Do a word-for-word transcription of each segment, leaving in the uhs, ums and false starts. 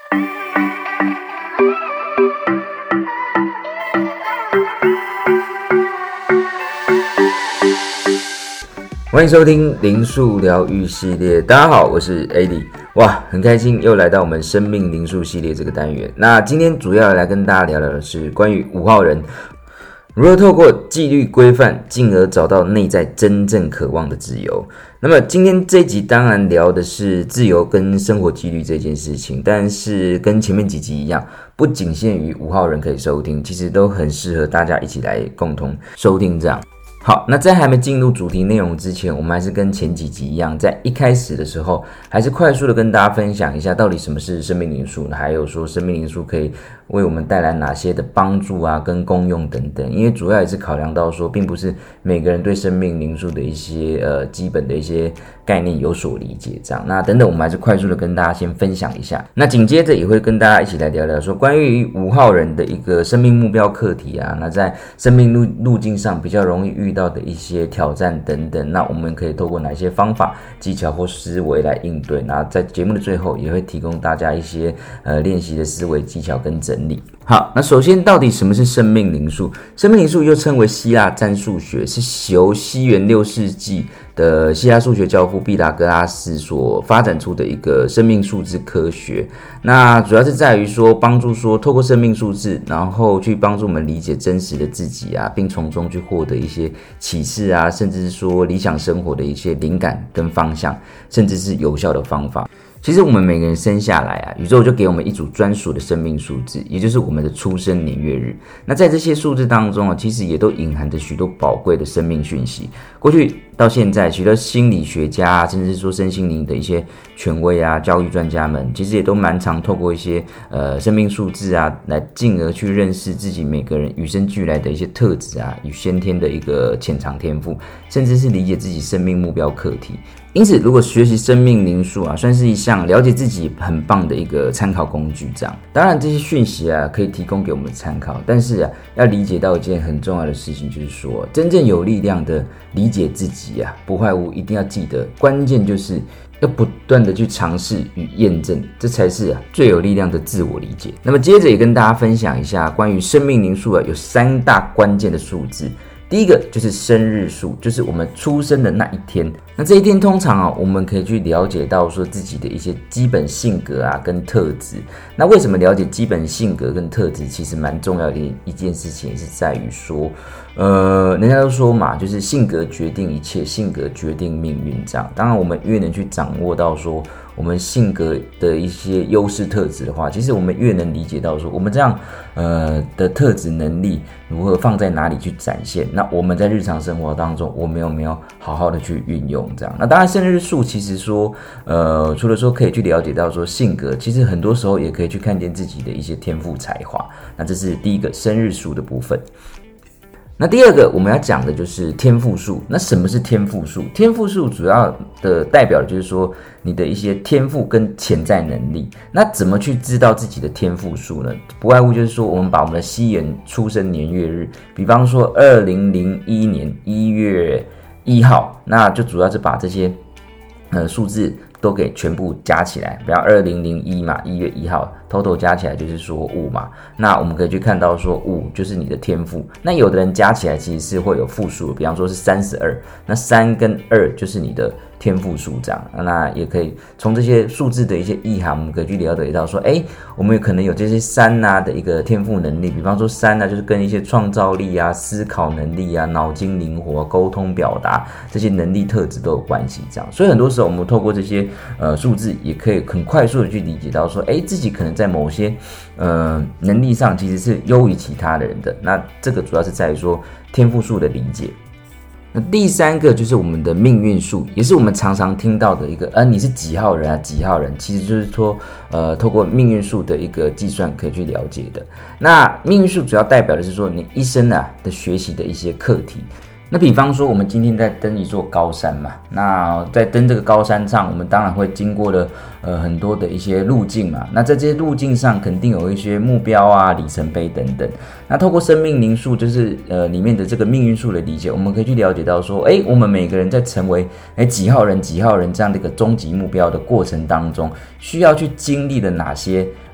欢迎收听灵数疗愈系列，大家好，我是 A D。哇，很开心又来到我们生命灵数系列这个单元。那今天主要来跟大家聊聊的是关于五号人如何透过纪律规范，进而找到内在真正渴望的自由。那么今天这一集当然聊的是自由跟生活纪律这件事情，但是跟前面几集一样，不仅限于五号人可以收听，其实都很适合大家一起来共同收听这样。好，那在还没进入主题内容之前，我们还是跟前几集一样，在一开始的时候，还是快速的跟大家分享一下到底什么是生命灵数，还有说生命灵数可以为我们带来哪些的帮助啊，跟功用等等。因为主要也是考量到说，并不是每个人对生命灵数的一些呃基本的一些概念有所理解，这样。那等等，我们还是快速的跟大家先分享一下。那紧接着也会跟大家一起来聊聊说，关于五号人的一个生命目标课题啊，那在生命路路径上比较容易遇到的一些挑战等等，那我们可以透过哪些方法、技巧或思维来应对？那在节目的最后，也会提供大家一些呃练习的思维技巧跟整理。好，那首先到底什么是生命灵数？生命灵数又称为希腊占数学，是由西元六世纪的希腊数学教父毕达哥拉斯所发展出的一个生命数字科学。那主要是在于说，帮助说透过生命数字，然后去帮助我们理解真实的自己啊，并从中去获得一些启示啊，甚至是说理想生活的一些灵感跟方向，甚至是有效的方法。其实我们每个人生下来啊，宇宙就给我们一组专属的生命数字，也就是我们的出生年月日。那在这些数字当中啊，其实也都隐含着许多宝贵的生命讯息。过去到现在，许多心理学家啊，甚至是说身心灵的一些权威啊、教育专家们，其实也都蛮常透过一些呃生命数字啊，来进而去认识自己每个人与生俱来的一些特质啊，与先天的一个潜藏天赋，甚至是理解自己生命目标课题。因此，如果学习生命灵数啊，算是一项了解自己很棒的一个参考工具。这样，当然这些讯息啊，可以提供给我们参考，但是啊，要理解到一件很重要的事情，就是说，真正有力量的理解自己啊，不外乎一定要记得，关键就是要不断的去尝试与验证，这才是啊最有力量的自我理解。那么接着也跟大家分享一下关于生命灵数啊，有三大关键的数字。第一个就是生日数，就是我们出生的那一天。那这一天通常啊，我们可以去了解到说自己的一些基本性格啊跟特质。那为什么了解基本性格跟特质其实蛮重要的一件事情，是在于说，呃，人家都说嘛，就是性格决定一切，性格决定命运这样。当然，我们越能去掌握到说我们性格的一些优势特质的话，其实我们越能理解到说我们这样呃的特质能力如何放在哪里去展现。那我们在日常生活当中，我们有没有好好的去运用这样？那当然，生日数其实说，呃，除了说可以去了解到说性格，其实很多时候也可以去看见自己的一些天赋才华。那这是第一个生日数的部分。那第二个我们要讲的就是天赋数。那什么是天赋数？天赋数主要的代表就是说你的一些天赋跟潜在能力。那怎么去知道自己的天赋数呢？不外乎就是说，我们把我们的西元出生年月日，比方说二零零一年一月一号，那就主要是把这些呃数字都给全部加起来，比方二零零一嘛，一月一号 total 加起来就是说五嘛。那我们可以去看到说五就是你的天赋。那有的人加起来其实是会有负数，比方说是三十二，那三跟二就是你的天赋数这样。那也可以从这些数字的一些意涵，我们可以去了解到说，哎，我们有可能有这些三啊的一个天赋能力，比方说三啊就是跟一些创造力啊、思考能力啊、脑筋灵活、沟通表达这些能力特质都有关系这样。所以很多时候我们透过这些呃数字，也可以很快速的去理解到说，哎，自己可能在某些呃能力上其实是优于其他的人的。那这个主要是在于说天赋数的理解。那第三个就是我们的命运数，也是我们常常听到的一个，呃，你是几号人啊？几号人？其实就是说，呃，透过命运数的一个计算可以去了解的。那命运数主要代表的是说你一生啊的学习的一些课题。那比方说我们今天在登一座高山嘛，那在登这个高山上，我们当然会经过了呃很多的一些路径嘛，那在这些路径上肯定有一些目标啊、里程碑等等。那透过生命灵数，就是呃里面的这个命运数的理解，我们可以去了解到说，哎，我们每个人在成为哎几号人、几号人这样的一个终极目标的过程当中，需要去经历的哪些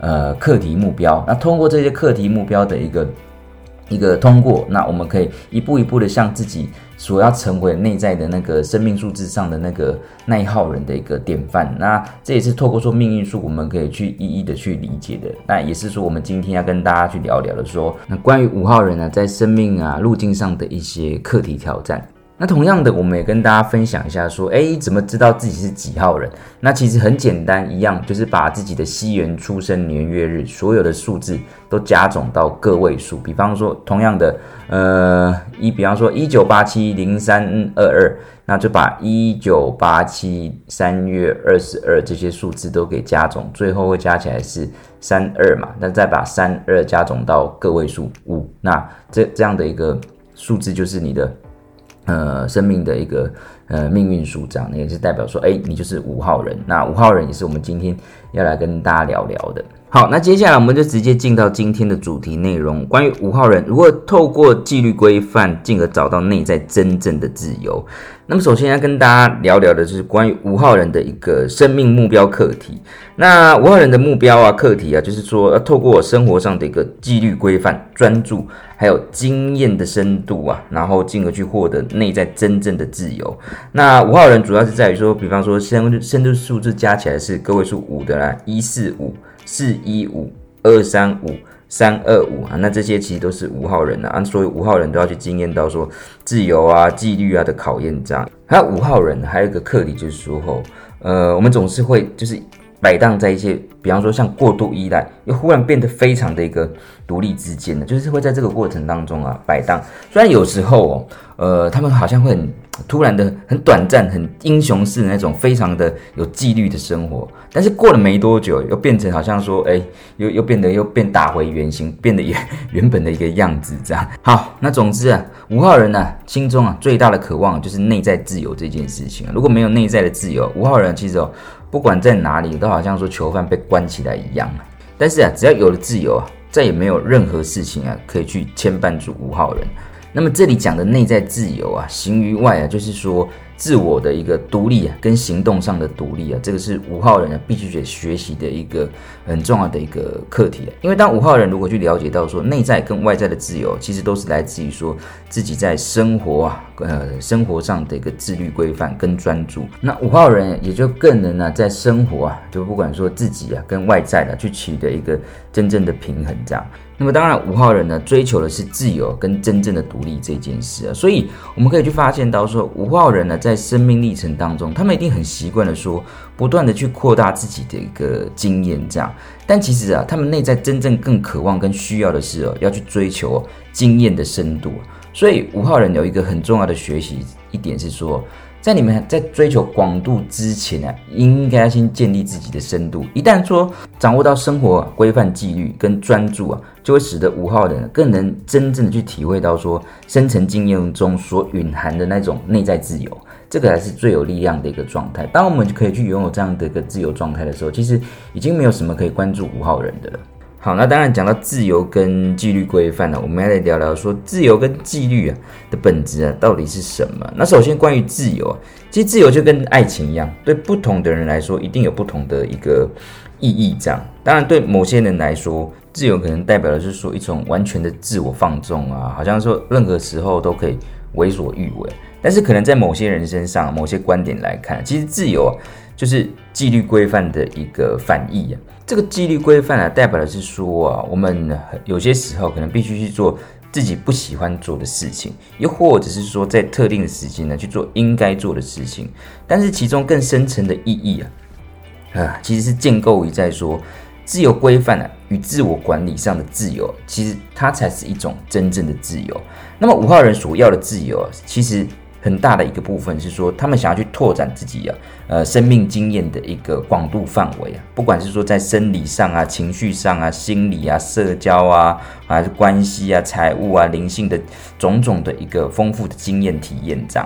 呃课题目标。那通过这些课题目标的一个一个通过，那我们可以一步一步的向自己所要成为内在的那个生命数字上的那个那一号人的一个典范。那这也是透过说命运数，我们可以去一一的去理解的。那也是说我们今天要跟大家去聊聊的说，那关于五号人呢，在生命啊路径上的一些课题挑战。那同样的，我们也跟大家分享一下说，哎，怎么知道自己是几号人？那其实很简单，一样就是把自己的西元出生年月日所有的数字都加总到个位数。比方说，同样的，呃，一，比方说一九八七零三二二，那就把一九八七三月二十二这些数字都给加总，最后会加起来是三二嘛。那再把三二加总到个位数五，那这这样的一个数字就是你的。呃，生命的一个呃命运数这样，也是代表说，哎，你就是五号人。那五号人也是我们今天要来跟大家聊聊的。好，那接下来我们就直接进到今天的主题内容，关于五号人如何透过纪律规范，进而找到内在真正的自由。那么首先要跟大家聊聊的就是关于五号人的一个生命目标课题。那五号人的目标啊、课题啊，就是说要透过生活上的一个纪律规范、专注，还有经验的深度啊，然后进而去获得内在真正的自由。那五号人主要是在于说，比方说深深度数字加起来是个位数五的啦，一四五、四一五、二三五、三二五啊，那这些其实都是五号人啊，所以五号人都要去经验到说自由啊、纪律啊的考验这样。还有五号人还有一个课题就是说吼，呃，我们总是会就是摆荡在一些，比方说像过度依赖，又忽然变得非常的一个独立之间的，就是会在这个过程当中啊摆荡。虽然有时候哦，呃，他们好像会很突然的、很短暂、很英雄式的那种非常的有纪律的生活，但是过了没多久，又变成好像说，哎，又又变得又变打回原形，变得原原本的一个样子这样。好，那总之啊，五号人啊心中啊最大的渴望就是内在自由这件事情啊。如果没有内在的自由，五号人其实哦。不管在哪里，都好像说囚犯被关起来一样。但是啊，只要有了自由啊，再也没有任何事情啊可以去牵绊住五号人。那么这里讲的内在自由啊，行于外啊，就是说自我的一个独立啊，跟行动上的独立啊，这个是五号人啊必须得学习的一个很重要的一个课题啊。因为当五号人如果去了解到说内在跟外在的自由，其实都是来自于说自己在生活啊，呃，生活上的一个自律规范跟专注。那五号人也就更能啊，在生活啊，就不管说自己啊跟外在的、啊、去取得一个真正的平衡这样。那么当然，五号人呢追求的是自由跟真正的独立这件事啊，所以我们可以去发现到说，五号人呢在生命历程当中，他们一定很习惯的说，不断的去扩大自己的一个经验这样。但其实啊，他们内在真正更渴望跟需要的是哦，要去追求、哦、经验的深度。所以五号人有一个很重要的学习一点是说，在你们在追求广度之前啊，应该先建立自己的深度。一旦说掌握到生活规范、纪律跟专注啊，就会使得五号人更能真正的去体会到说深层经验中所蕴含的那种内在自由。这个才是最有力量的一个状态。当我们可以去拥有这样的一个自由状态的时候，其实已经没有什么可以关注五号人的了。好，那当然讲到自由跟纪律规范呢，我们要来聊聊说自由跟纪律啊的本质啊到底是什么？那首先关于自由啊，其实自由就跟爱情一样，对不同的人来说一定有不同的一个意义这样。当然对某些人来说，自由可能代表的是说一种完全的自我放纵啊，好像说任何时候都可以为所欲为。但是可能在某些人身上，某些观点来看，其实自由啊就是纪律规范的一个反义啊。这个纪律规范啊，代表的是说啊，我们有些时候可能必须去做自己不喜欢做的事情，又或者是说在特定的时间呢去做应该做的事情。但是其中更深层的意义啊，啊，其实是建构于在说自由规范啊与自我管理上的自由，其实它才是一种真正的自由。那么五号人所要的自由啊，其实很大的一个部分是说，他们想要去拓展自己啊，呃，生命经验的一个广度范围啊，不管是说在生理上啊、情绪上啊、心理啊、社交啊，还是关系啊、财务啊、灵性的种种的一个丰富的经验体验这样。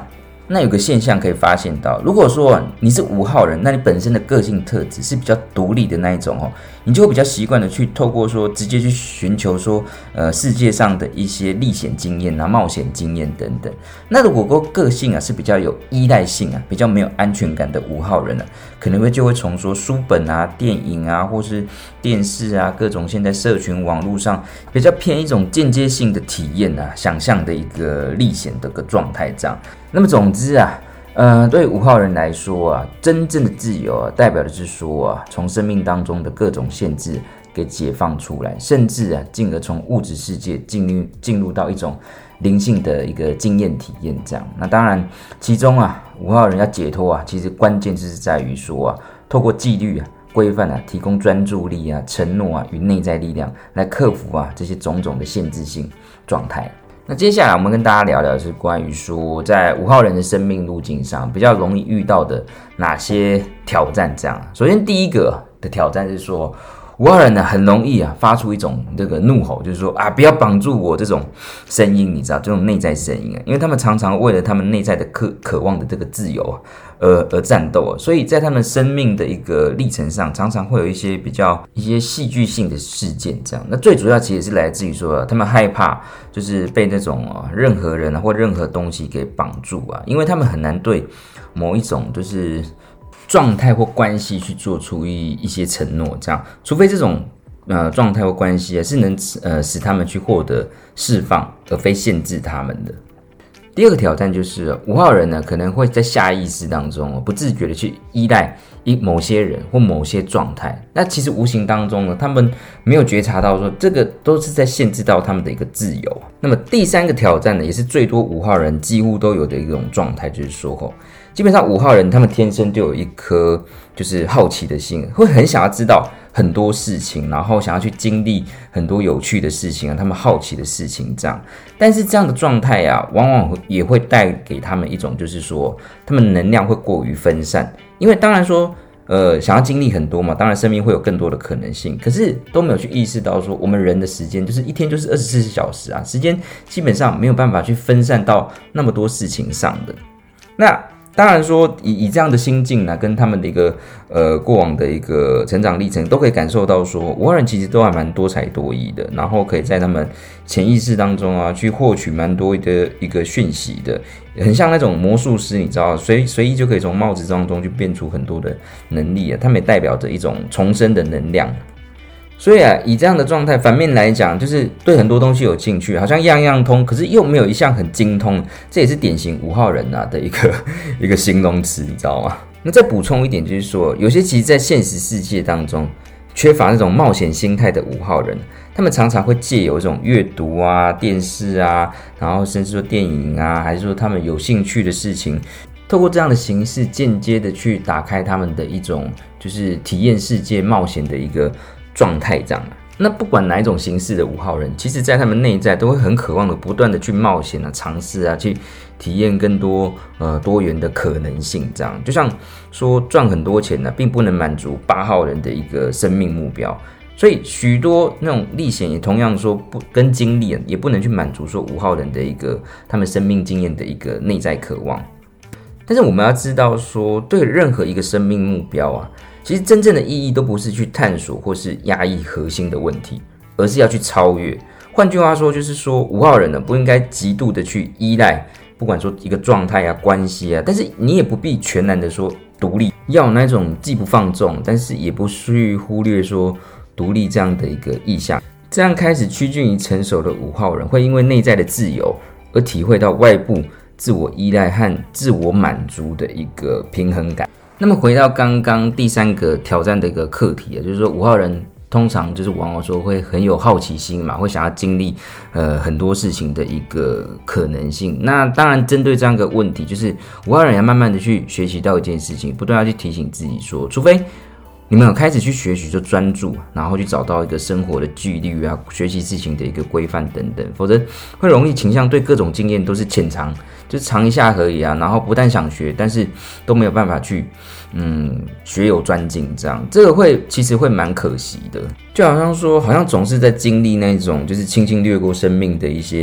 那有个现象可以发现到，如果说你是五号人，那你本身的个性特质是比较独立的那一种哦，你就会比较习惯的去透过说直接去寻求说，呃，世界上的一些历险经验啊、冒险经验等等。那如果说个性啊是比较有依赖性啊、比较没有安全感的五号人啊，可能会就会从说书本啊、电影啊，或是电视啊，各种现在社群网络上比较偏一种间接性的体验啊、想象的一个历险的个状态这样。那么总之啊，呃，对五号人来说啊，真正的自由啊，代表的是说啊，从生命当中的各种限制给解放出来，甚至啊，进而从物质世界进入进入到一种灵性的一个经验体验这样。那当然，其中啊，五号人要解脱啊，其实关键就是在于说啊，透过纪律啊、规范啊，提供专注力啊、承诺啊与内在力量来克服啊这些种种的限制性状态。那接下来我们跟大家聊聊的是关于说在五号人的生命路径上比较容易遇到的哪些挑战这样。首先第一个的挑战是说，五号人呢很容易啊发出一种这个怒吼，就是说啊不要绑住我这种声音，你知道这种内在声音啊，因为他们常常为了他们内在的渴渴望的这个自由啊而而战斗啊，所以在他们生命的一个历程上，常常会有一些比较一些戏剧性的事件这样。那最主要其实是来自于说、啊、他们害怕就是被那种、啊、任何人、啊、或任何东西给绑住啊，因为他们很难对某一种就是状态或关系去做出一一些承诺，这样，除非这种呃状态或关系啊是能呃使他们去获得释放，而非限制他们的。第二个挑战就是五号人呢可能会在下意识当中不自觉的去依赖一某些人或某些状态，那其实无形当中呢，他们没有觉察到说这个都是在限制到他们的一个自由。那么第三个挑战呢，也是最多五号人几乎都有的一种状态，就是说吼。基本上五号人他们天生就有一颗就是好奇的心，会很想要知道很多事情，然后想要去经历很多有趣的事情啊，他们好奇的事情这样。但是这样的状态啊，往往也会带给他们一种就是说，他们能量会过于分散，因为当然说呃，想要经历很多嘛，当然生命会有更多的可能性，可是都没有去意识到说，我们人的时间就是一天就是二十四小时啊，时间基本上没有办法去分散到那么多事情上的。那当然说以以这样的心境呢、啊，跟他们的一个呃过往的一个成长历程，都可以感受到说，五号人其实都还蛮多才多艺的，然后可以在他们潜意识当中啊，去获取蛮多的一个讯息的，很像那种魔术师，你知道，随随意就可以从帽子当中去变出很多的能力啊，他们也代表着一种重生的能量。所以啊，以这样的状态，反面来讲，就是对很多东西有兴趣，好像样样通，可是又没有一项很精通，这也是典型五号人啊的一个一个形容词，你知道吗？那再补充一点，就是说，有些其实在现实世界当中缺乏那种冒险心态的五号人，他们常常会借由这种阅读啊、电视啊，然后甚至说电影啊，还是说他们有兴趣的事情，透过这样的形式，间接的去打开他们的一种就是体验世界冒险的一个状态这样。那不管哪一种形式的五号人，其实在他们内在都会很渴望的不断的去冒险啊、尝试啊，去体验更多呃多元的可能性这样。就像说赚很多钱呢、啊，并不能满足八号人的一个生命目标，所以许多那种历险也同样说不跟经历、啊、也不能去满足说五号人的一个他们生命经验的一个内在渴望。但是我们要知道说，对任何一个生命目标啊，其实真正的意义都不是去探索或是压抑核心的问题，而是要去超越。换句话说，就是说五号人呢不应该极度的去依赖，不管说一个状态啊、关系啊，但是你也不必全然的说独立，要有那种既不放纵，但是也不去忽略说独立这样的一个意向。这样开始趋近于成熟的五号人，会因为内在的自由而体会到外部自我依赖和自我满足的一个平衡感。那么回到刚刚第三个挑战的一个课题啊，就是说五号人通常就是往往说会很有好奇心嘛，会想要经历呃很多事情的一个可能性。那当然针对这样一个问题，就是五号人要慢慢的去学习到一件事情，不断要去提醒自己说，除非你们有开始去学习就专注，然后去找到一个生活的纪律啊，学习事情的一个规范等等，否则会容易倾向对各种经验都是浅尝，就尝一下而已啊，然后不但想学，但是都没有办法去嗯学有专精，这样这个会其实会蛮可惜的。就好像说，好像总是在经历那种就是轻轻掠过生命的一些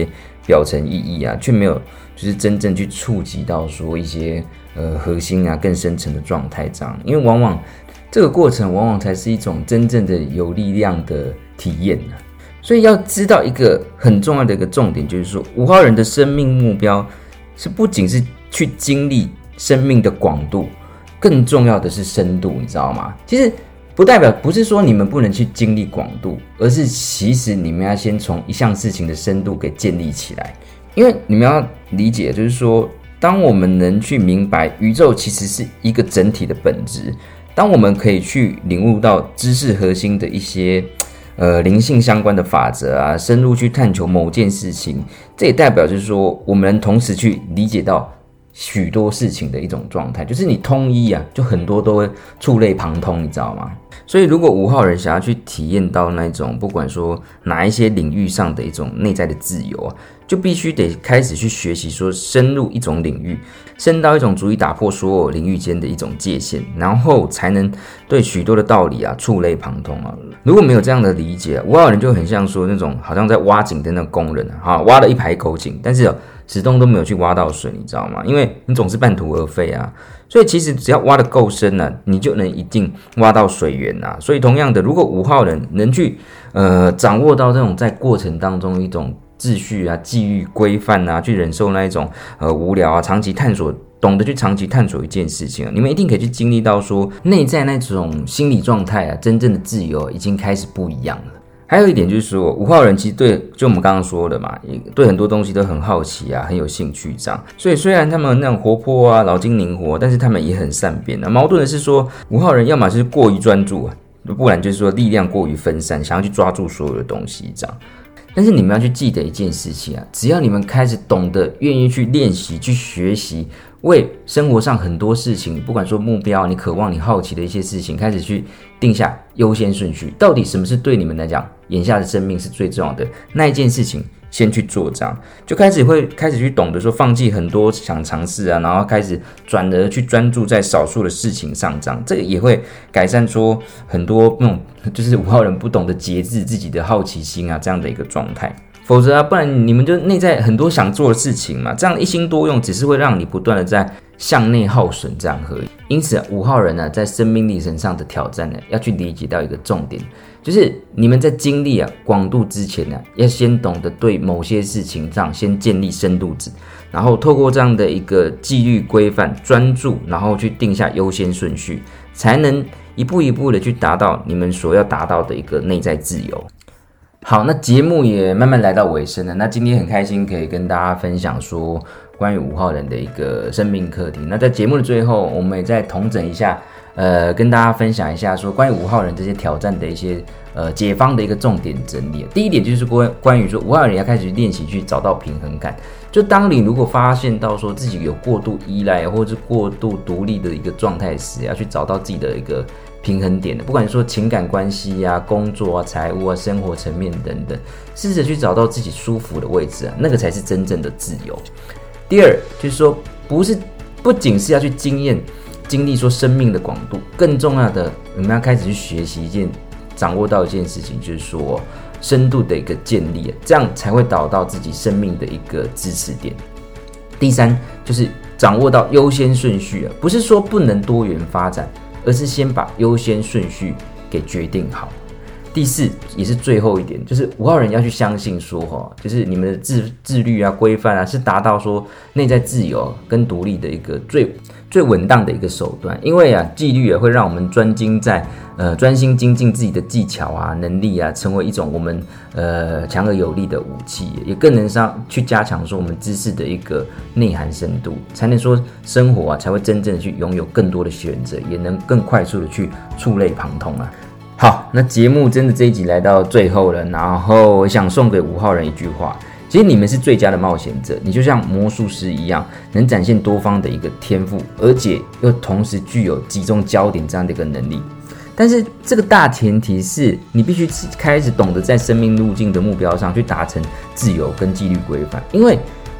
表层意义啊，却没有就是真正去触及到说一些呃核心啊更深层的状态这样，因为往往这个过程往往才是一种真正的有力量的体验啊。所以要知道一个很重要的一个重点，就是说五号人的生命目标是不仅是去经历生命的广度，更重要的是深度，你知道吗？其实不代表不是说你们不能去经历广度，而是其实你们要先从一项事情的深度给建立起来。因为你们要理解，就是说当我们能去明白宇宙其实是一个整体的本质，当我们可以去领悟到知识核心的一些呃灵性相关的法则啊，深入去探求某件事情，这也代表就是说我们能同时去理解到许多事情的一种状态，就是你通一啊，就很多都会触类旁通，你知道吗？所以如果五号人想要去体验到那种不管说哪一些领域上的一种内在的自由啊，就必须得开始去学习说深入一种领域，深到一种足以打破所有领域间的一种界限，然后才能对许多的道理啊触类旁通啊。如果没有这样的理解，五号人就很像说那种好像在挖井的那种工人啊，挖了一排口井，但是、哦、始终都没有去挖到水，你知道吗？因为你总是半途而废啊。所以其实只要挖得够深啊，你就能一定挖到水源啊。所以同样的，如果五号人能去呃掌握到这种在过程当中一种秩序啊、纪律、规范啊，去忍受那一种呃无聊啊，长期探索，懂得去长期探索一件事情啊，你们一定可以去经历到说内在那种心理状态啊，真正的自由已经开始不一样了。还有一点就是说，五号人其实对，就我们刚刚说的嘛，对很多东西都很好奇啊，很有兴趣这样。所以虽然他们那种活泼啊、脑筋灵活，但是他们也很善变啊。矛盾的是说，五号人要么就是过于专注啊，不然就是说力量过于分散，想要去抓住所有的东西这样。但是你们要去记得一件事情啊，只要你们开始懂得、愿意去练习、去学习，为生活上很多事情，不管说目标、你渴望、你好奇的一些事情，开始去定下优先顺序。到底什么是对你们来讲，眼下的生命是最重要的那一件事情，先去做，这样就开始会开始去懂得说放弃很多想尝试啊，然后开始转而去专注在少数的事情上，这样这个也会改善说很多那种就是五号人不懂得节制自己的好奇心啊这样的一个状态。否则啊，不然你们就内在很多想做的事情嘛，这样一心多用，只是会让你不断的在向内耗损这样而已。因此啊，五号人呢、啊，在生命历程上的挑战呢，要去理解到一个重点，就是你们在经历啊广度之前呢、啊，要先懂得对某些事情上先建立深度值，然后透过这样的一个纪律规范、专注，然后去定下优先顺序，才能一步一步的去达到你们所要达到的一个内在自由。好，那节目也慢慢来到尾声了。那今天很开心可以跟大家分享说关于五号人的一个生命课题。那在节目的最后，我们也再统整一下，呃，跟大家分享一下说关于五号人这些挑战的一些呃解方的一个重点整理。第一点就是关关于说五号人要开始练习去找到平衡感。就当你如果发现到说自己有过度依赖或者是过度独立的一个状态时，要去找到自己的一个平衡点的，不管说情感关系啊、工作啊、财务啊、生活层面等等，试着去找到自己舒服的位置啊，那个才是真正的自由。第二就是说，不是不仅是要去经验、经历说生命的广度，更重要的，你们要开始去学习一件、掌握到一件事情，就是说深度的一个建立，这样才会导到自己生命的一个支持点。第三就是掌握到优先顺序啊，不是说不能多元发展，而是先把优先顺序给决定好。第四也是最后一点，就是五号人要去相信说，就是你们的 自, 自律啊、规范啊，是达到说内在自由跟独立的一个最最稳当的一个手段。因为啊，纪律啊会让我们专精在呃专心精进自己的技巧啊、能力啊，成为一种我们呃强而有力的武器，也更能上去加强说我们知识的一个内涵深度，才能说生活啊才会真正的去拥有更多的选择，也能更快速的去触类旁通啊。好，那节目真的这一集来到最后了，然后我想送给五号人一句话：其实你们是最佳的冒险者，你就像魔术师一样，能展现多方的一个天赋，而且又同时具有集中焦点这样的一个能力。但是这个大前提是你必须开始懂得在生命路径的目标上去达成自由跟纪律规范，因为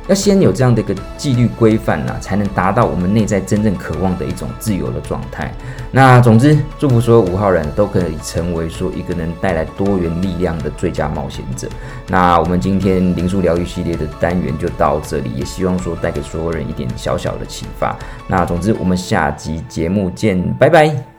要先有这样的一个纪律规范啊，才能达到我们内在真正渴望的一种自由的状态。那总之，祝福所有五号人都可以成为说一个能带来多元力量的最佳冒险者。那我们今天灵数疗愈系列的单元就到这里，也希望说带给所有人一点小小的启发。那总之，我们下集节目见，拜拜。